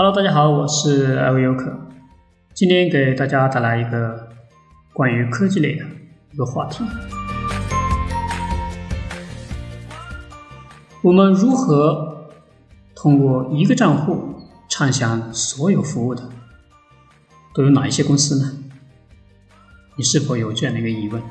Hello， 大家好，我是艾维优可。今天给大家带来一个关于科技类的一个话题。我们如何通过一个账户畅享所有服务的？都有哪一些公司呢？你是否有这样的一个疑问？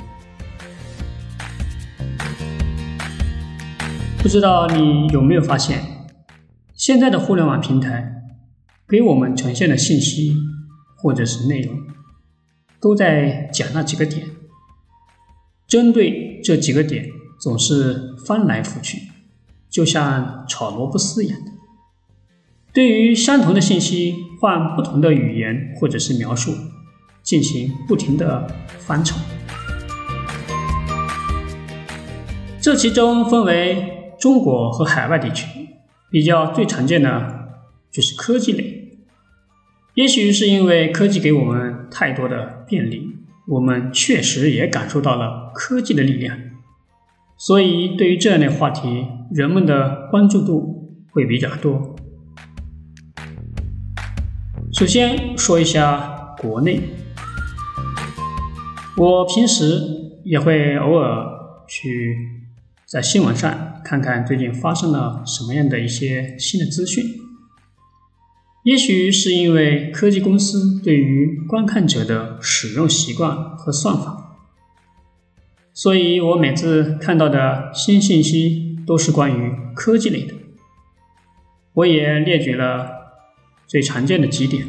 不知道你有没有发现，现在的互联网平台给我们呈现的信息或者是内容都在讲那几个点，针对这几个点总是翻来覆去，就像炒萝卜丝一样的。对于相同的信息换不同的语言或者是描述，进行不停的翻炒。这其中分为中国和海外地区，比较最常见的就是科技类。也许是因为科技给我们太多的便利，我们确实也感受到了科技的力量，所以对于这样的话题，人们的关注度会比较多。首先说一下国内，我平时也会偶尔去在新闻上看看最近发生了什么样的一些新的资讯。也许是因为科技公司对于观看者的使用习惯和算法，所以我每次看到的新信息都是关于科技类的。我也列举了最常见的几点。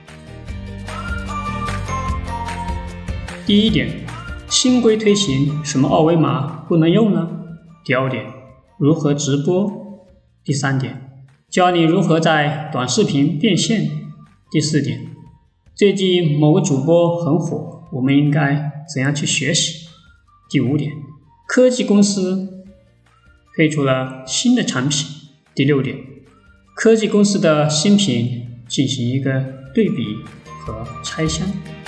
第一点，新规推行什么二维码不能用呢？第二点，如何直播？第三点，教你如何在短视频变现。第四点，最近某个主播很火，我们应该怎样去学习。第五点，科技公司推出了新的产品。第六点，科技公司的新品进行一个对比和拆箱。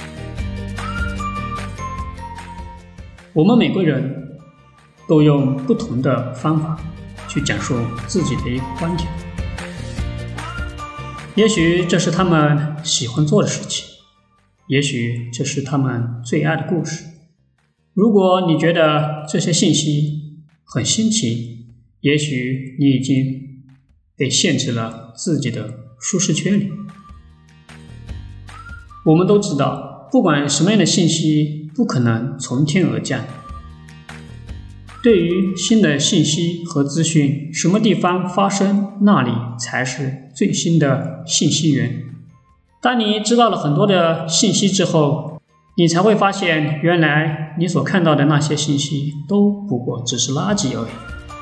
我们每个人都用不同的方法去讲述自己的一个观点，也许这是他们喜欢做的事情，也许这是他们最爱的故事。如果你觉得这些信息很新奇，也许你已经被限制了自己的舒适圈里。我们都知道，不管什么样的信息不可能从天而降。对于新的信息和资讯，什么地方发生，那里才是最新的信息源。当你知道了很多的信息之后，你才会发现，原来你所看到的那些信息都不过只是垃圾而已。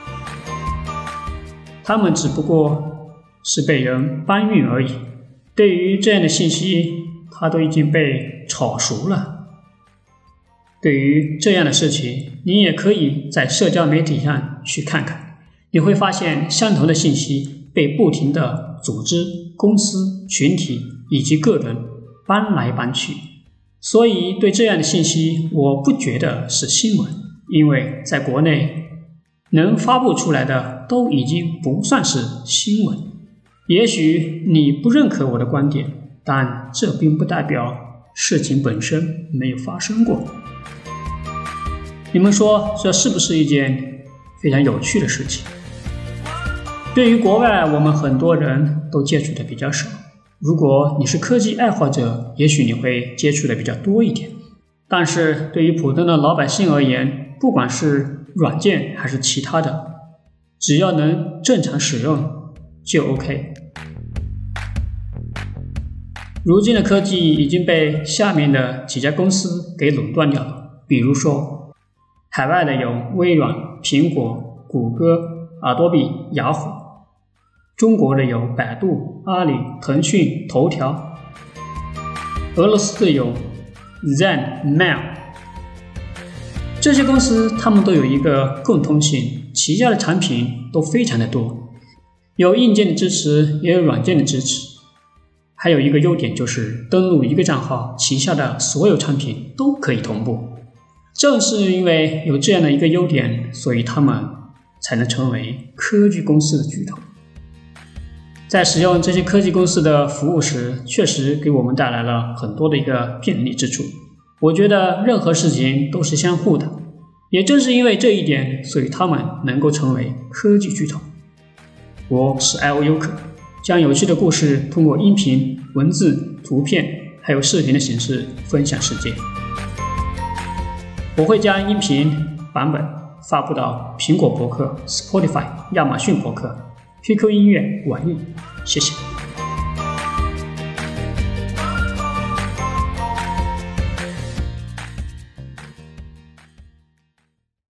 它们只不过是被人搬运而已。对于这样的信息，它都已经被炒熟了。对于这样的事情，你也可以在社交媒体上去看看，你会发现相同的信息被不停的组织、公司、群体以及个人搬来搬去。所以对这样的信息，我不觉得是新闻，因为在国内能发布出来的都已经不算是新闻。也许你不认可我的观点，但这并不代表事情本身没有发生过。你们说这是不是一件非常有趣的事情？对于国外，我们很多人都接触的比较少。如果你是科技爱好者，也许你会接触的比较多一点。但是对于普通的老百姓而言，不管是软件还是其他的，只要能正常使用就 OK。如今的科技已经被下面的几家公司给垄断掉了，比如说海外的有微软、苹果、谷歌、Adobe、雅虎；中国的有百度、阿里、腾讯、头条；俄罗斯的有 Zen、Mail。这些公司他们都有一个共通性，旗下的产品都非常的多，有硬件的支持，也有软件的支持。还有一个优点就是登录一个账号，旗下的所有产品都可以同步。正是因为有这样的一个优点，所以他们才能成为科技公司的巨头。 在使用这些科技公司的服务时，确实给我们带来了很多的一个便利之处。我觉得任何事情都是相互的，也正是因为这一点，所以他们能够成为科技巨头。我是艾欧优克，将有趣的故事通过音频、文字、图片还有视频的形式分享世界。我会将音频版本发布到苹果博客、Spotify、亚马逊博客、QQ 音乐、网易。谢谢。